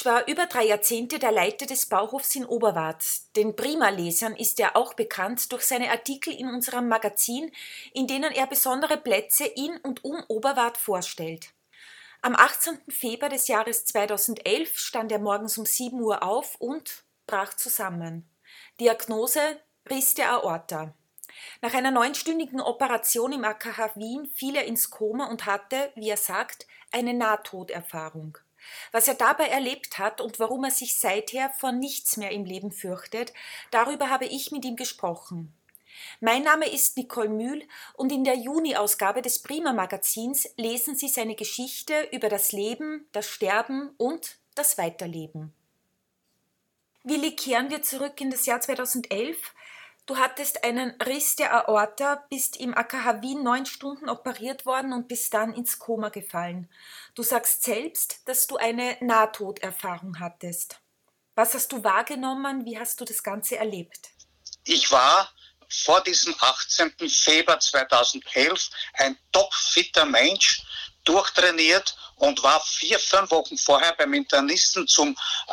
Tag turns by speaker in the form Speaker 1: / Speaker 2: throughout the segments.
Speaker 1: war über 3 Jahrzehnte der Leiter des Bauhofs in Oberwart. Den Prima-Lesern ist er auch bekannt durch seine Artikel in unserem Magazin, in denen er besondere Plätze in und um Oberwart vorstellt. Am 18. Februar des Jahres 2011 stand er morgens um 7 Uhr auf und brach zusammen. Diagnose: Riss der Aorta. Nach einer 9-stündigen Operation im AKH Wien fiel er ins Koma und hatte, wie er sagt, eine Nahtoderfahrung. Was er dabei erlebt hat und warum er sich seither vor nichts mehr im Leben fürchtet, darüber habe ich mit ihm gesprochen. Mein Name ist Nicole Mühl und in der Juni-Ausgabe des Prima-Magazins lesen Sie seine Geschichte über das Leben, das Sterben und das Weiterleben. Willi, kehren wir zurück in das Jahr 2011. Du hattest einen Riss der Aorta, bist im AKH Wien 9 Stunden operiert worden und bist dann ins Koma gefallen. Du sagst selbst, dass du eine Nahtoderfahrung hattest. Was hast du wahrgenommen? Wie hast du das Ganze erlebt?
Speaker 2: Ich war vor diesem 18. Februar 2011 ein topfitter Mensch, durchtrainiert und war 4-5 Wochen vorher beim Internisten zur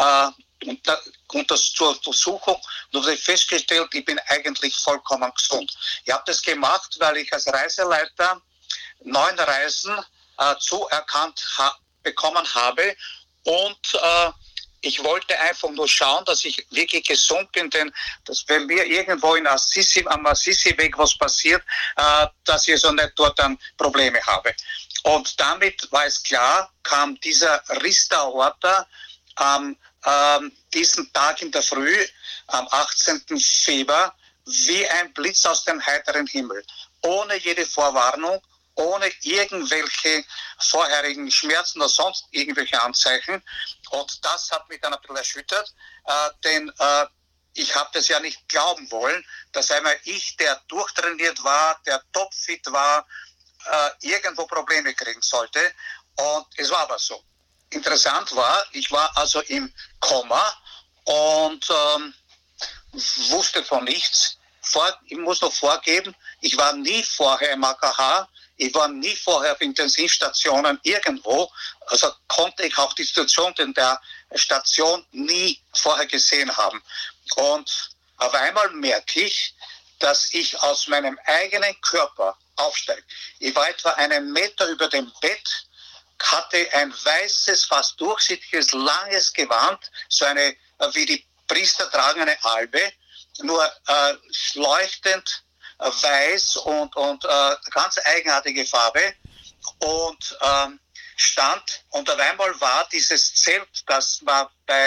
Speaker 2: Untersuchung und habe festgestellt, ich bin eigentlich vollkommen gesund. Ich habe das gemacht, weil ich als Reiseleiter 9 Reisen zuerkannt bekommen habe und ich wollte einfach nur schauen, dass ich wirklich gesund bin, denn dass, wenn mir irgendwo am Assisi-Weg was passiert, dass ich so nicht dort dann Probleme habe. Und damit war es klar, kam dieser Riss der Aorta am diesen Tag in der Früh, am 18. Februar, wie ein Blitz aus dem heiteren Himmel. Ohne jede Vorwarnung, ohne irgendwelche vorherigen Schmerzen oder sonst irgendwelche Anzeichen. Und das hat mich dann ein bisschen erschüttert, denn ich habe das ja nicht glauben wollen, dass einmal ich, der durchtrainiert war, der topfit war, irgendwo Probleme kriegen sollte. Und es war aber so. Interessant war, ich war also im Koma und wusste von nichts. Ich muss noch vorgeben, ich war nie vorher im AKH, ich war nie vorher auf Intensivstationen irgendwo, also konnte ich auch die Situation in der Station nie vorher gesehen haben. Und auf einmal merke ich, dass ich aus meinem eigenen Körper aufsteige. Ich war etwa 1 Meter über dem Bett, hatte ein weißes, fast durchsichtiges, langes Gewand, so eine, wie die Priester tragen, eine Albe, nur leuchtend weiß und ganz eigenartige Farbe und stand. Und auf einmal war dieses Zelt, das man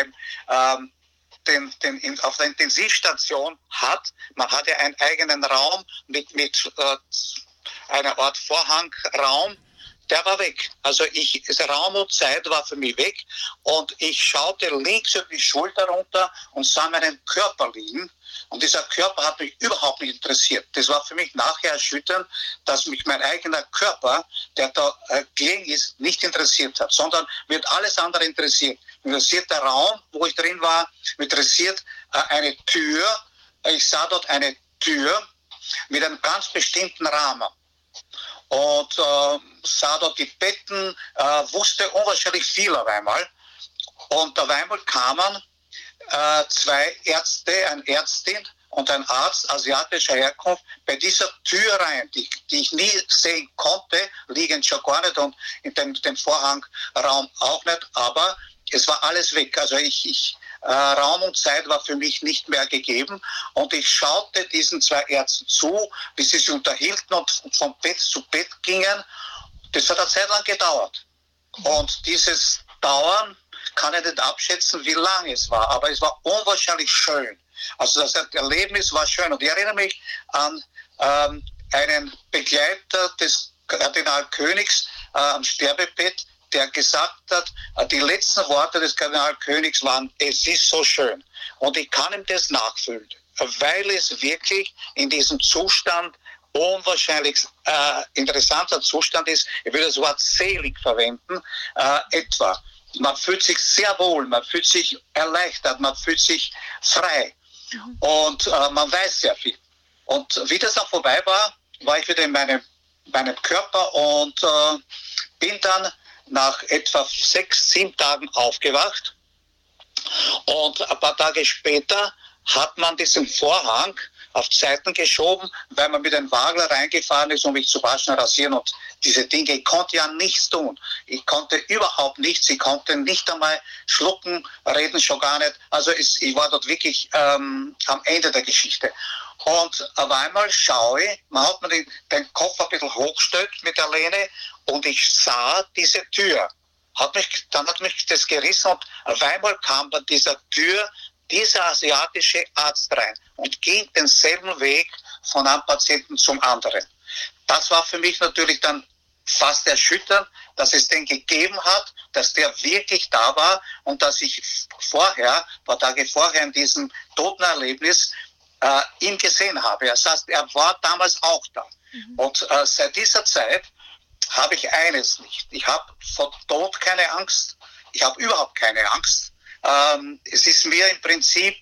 Speaker 2: auf der Intensivstation hat, man hatte einen eigenen Raum mit einer Art Vorhangraum, der war weg. Also Raum und Zeit war für mich weg und ich schaute links über die Schulter runter und sah meinen Körper liegen. Und dieser Körper hat mich überhaupt nicht interessiert. Das war für mich nachher erschütternd, dass mich mein eigener Körper, der da gelegen ist, nicht interessiert hat, sondern wird alles andere interessiert. Mich interessiert der Raum, wo ich drin war, mich interessiert eine Tür. Ich sah dort eine Tür mit einem ganz bestimmten Rahmen. Und sah dort die Betten, wusste unwahrscheinlich viel auf einmal. Und auf einmal kamen 2 Ärzte, eine Ärztin und ein Arzt asiatischer Herkunft bei dieser Tür rein, die ich nie sehen konnte, liegend schon gar nicht und in dem Vorhangraum auch nicht, aber es war alles weg. Also Raum und Zeit war für mich nicht mehr gegeben und ich schaute diesen 2 Ärzten zu, bis sie sich unterhielten und von Bett zu Bett gingen. Das hat eine Zeit lang gedauert. Und dieses Dauern kann ich nicht abschätzen, wie lang es war, aber es war unwahrscheinlich schön. Also das Erlebnis war schön und ich erinnere mich an einen Begleiter des Kardinalkönigs am Sterbebett, der gesagt hat, die letzten Worte des Kardinalkönigs waren, es ist so schön. Und ich kann ihm das nachfühlen, weil es wirklich in diesem Zustand unwahrscheinlich interessanter Zustand ist. Ich würde das Wort selig verwenden, etwa. Man fühlt sich sehr wohl, man fühlt sich erleichtert, man fühlt sich frei und man weiß sehr viel. Und wie das auch vorbei war, war ich wieder in meinem Körper und bin dann nach etwa 6-7 Tagen aufgewacht Und ein paar Tage später hat man diesen Vorhang auf die Seiten geschoben, weil man mit dem Wagler reingefahren ist, um mich zu waschen, rasieren und diese Dinge. Ich konnte ja nichts tun. Ich konnte überhaupt nichts. Ich konnte nicht einmal schlucken, reden schon gar nicht. Also ich war dort wirklich am Ende der Geschichte. Und auf einmal schaue ich, man hat mir den Kopf ein bisschen hochgestellt mit der Lehne und ich sah diese Tür. Dann hat mich das gerissen und auf einmal kam bei dieser Tür dieser asiatische Arzt rein und ging denselben Weg von einem Patienten zum anderen. Das war für mich natürlich dann fast erschütternd, dass es den gegeben hat, dass der wirklich da war und dass ich ein paar Tage vorher in diesem Totenerlebnis ihn gesehen habe. Das heißt, er war damals auch da. Und seit dieser Zeit habe ich eines nicht. Ich habe vor Tod keine Angst. Ich habe überhaupt keine Angst. Es ist mir im Prinzip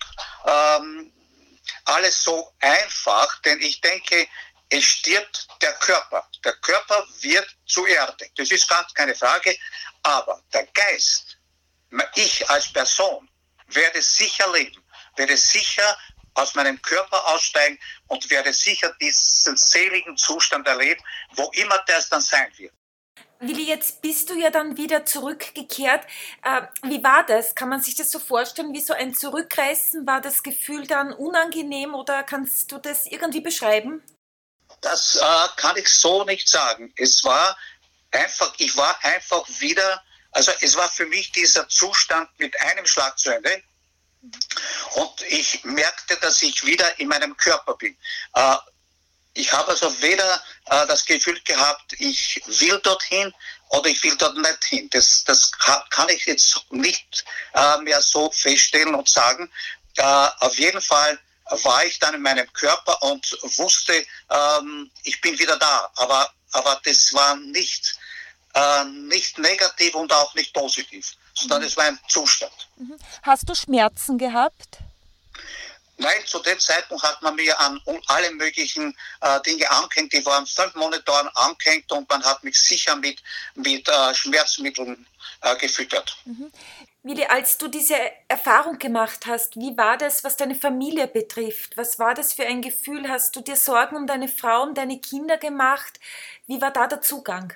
Speaker 2: alles so einfach, denn ich denke, es stirbt der Körper. Der Körper wird zu Erde. Das ist ganz keine Frage. Aber der Geist, ich als Person, werde sicher leben, werde sicher aus meinem Körper aussteigen und werde sicher diesen seligen Zustand erleben, wo immer das dann sein wird.
Speaker 1: Willi, jetzt bist du ja dann wieder zurückgekehrt. Wie war das? Kann man sich das so vorstellen wie so ein Zurückreisen? War das Gefühl dann unangenehm oder kannst du das irgendwie beschreiben?
Speaker 2: Das kann ich so nicht sagen. Ich war einfach wieder, also es war für mich dieser Zustand mit einem Schlag zu Ende. Und ich merkte, dass ich wieder in meinem Körper bin. Ich habe also weder das Gefühl gehabt, ich will dorthin oder ich will dort nicht hin. Das kann ich jetzt nicht mehr so feststellen und sagen. Auf jeden Fall war ich dann in meinem Körper und wusste, ich bin wieder da. Aber das war nicht negativ und auch nicht positiv, sondern es war ein Zustand.
Speaker 1: Hast du Schmerzen gehabt?
Speaker 2: Nein, zu dem Zeitpunkt hat man mir an alle möglichen Dinge angehängt. Die waren 5 Monitoren angehängt und man hat mich sicher mit Schmerzmitteln gefüttert.
Speaker 1: Willi, als du diese Erfahrung gemacht hast, wie war das, was deine Familie betrifft? Was war das für ein Gefühl? Hast du dir Sorgen um deine Frau, um deine Kinder gemacht? Wie war da der Zugang?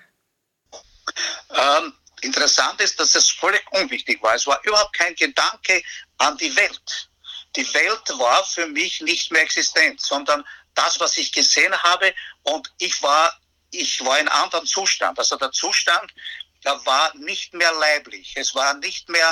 Speaker 2: Interessant ist, dass es völlig unwichtig war. Es war überhaupt kein Gedanke an die Welt. Die Welt war für mich nicht mehr existent, sondern das, was ich gesehen habe, und ich war in einem anderen Zustand. Also der Zustand war nicht mehr leiblich. Es war nicht mehr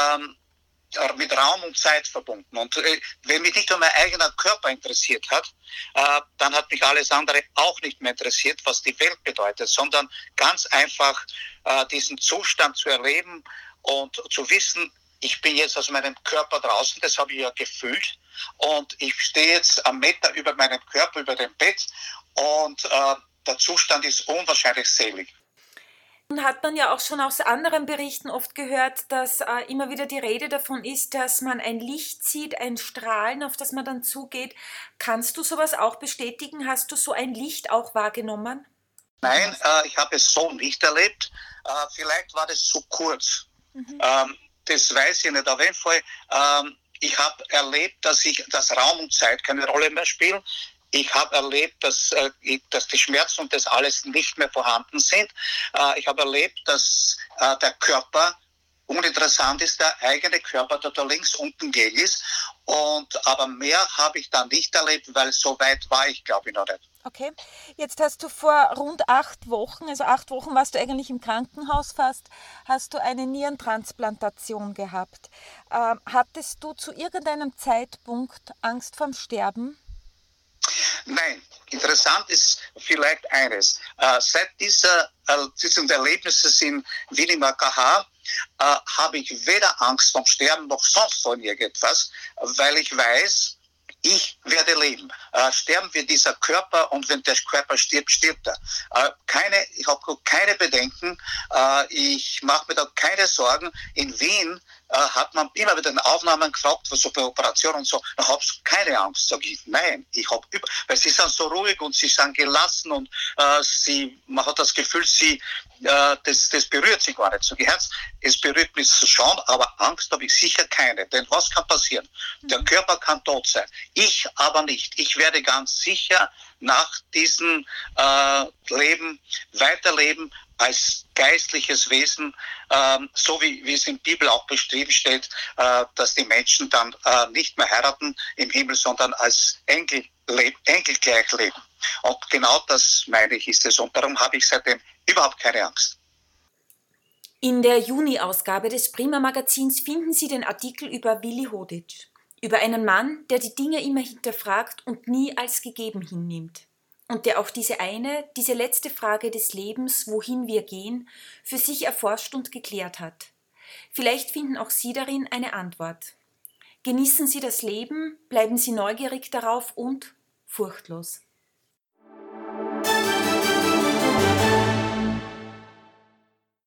Speaker 2: mit Raum und Zeit verbunden. Und wenn mich nicht nur mein eigener Körper interessiert hat, dann hat mich alles andere auch nicht mehr interessiert, was die Welt bedeutet, sondern ganz einfach diesen Zustand zu erleben und zu wissen, ich bin jetzt aus meinem Körper draußen, das habe ich ja gefühlt. Und ich stehe jetzt am Meter über meinem Körper, über dem Bett. Und der Zustand ist unwahrscheinlich selig.
Speaker 1: Nun hat man ja auch schon aus anderen Berichten oft gehört, dass immer wieder die Rede davon ist, dass man ein Licht sieht, ein Strahlen, auf das man dann zugeht. Kannst du sowas auch bestätigen? Hast du so ein Licht auch wahrgenommen?
Speaker 2: Nein, ich habe es so nicht erlebt. Vielleicht war das zu kurz. Das weiß ich nicht. Auf jeden Fall, ich habe erlebt, dass Raum und Zeit keine Rolle mehr spielen. Ich habe erlebt, dass die Schmerzen und das alles nicht mehr vorhanden sind. Ich habe erlebt, dass der Körper uninteressant ist, der eigene Körper, der da links unten gegen ist. Aber mehr habe ich da nicht erlebt, weil so weit war ich, glaube ich, noch nicht.
Speaker 1: Okay, jetzt hast du vor rund 8 Wochen, also 8 Wochen warst du eigentlich im Krankenhaus fast, hast du eine Nierentransplantation gehabt. Hattest du zu irgendeinem Zeitpunkt Angst vorm Sterben?
Speaker 2: Nein, interessant ist vielleicht eines. Seit diesen Erlebnissen in Wien im AKH habe ich weder Angst vom Sterben noch sonst von irgendetwas, weil ich weiß, ich werde leben. Sterben wird dieser Körper und wenn der Körper stirbt, stirbt er. Ich habe keine Bedenken, ich mache mir da keine Sorgen. In Wien hat man immer wieder in Aufnahmen gefragt, was so bei Operationen und so, da habe ich keine Angst. Sag ich, nein, weil sie sind so ruhig und sie sind gelassen und man hat das Gefühl, das berührt sie gar nicht so. Es berührt mich schon, aber Angst habe ich sicher keine. Denn was kann passieren? Der Körper kann tot sein. Ich aber nicht. Ich werde ganz sicher nach diesem Leben weiterleben als geistliches Wesen, so wie es in der Bibel auch beschrieben steht, dass die Menschen dann nicht mehr heiraten im Himmel, sondern als Engel gleich leben. Und genau das, meine ich, ist es. Und darum habe ich seitdem überhaupt keine Angst.
Speaker 1: In der Juni-Ausgabe des Prima-Magazins finden Sie den Artikel über Willi Hoditsch, über einen Mann, der die Dinge immer hinterfragt und nie als gegeben hinnimmt. Und der auch diese letzte Frage des Lebens, wohin wir gehen, für sich erforscht und geklärt hat. Vielleicht finden auch Sie darin eine Antwort. Genießen Sie das Leben, bleiben Sie neugierig darauf und furchtlos.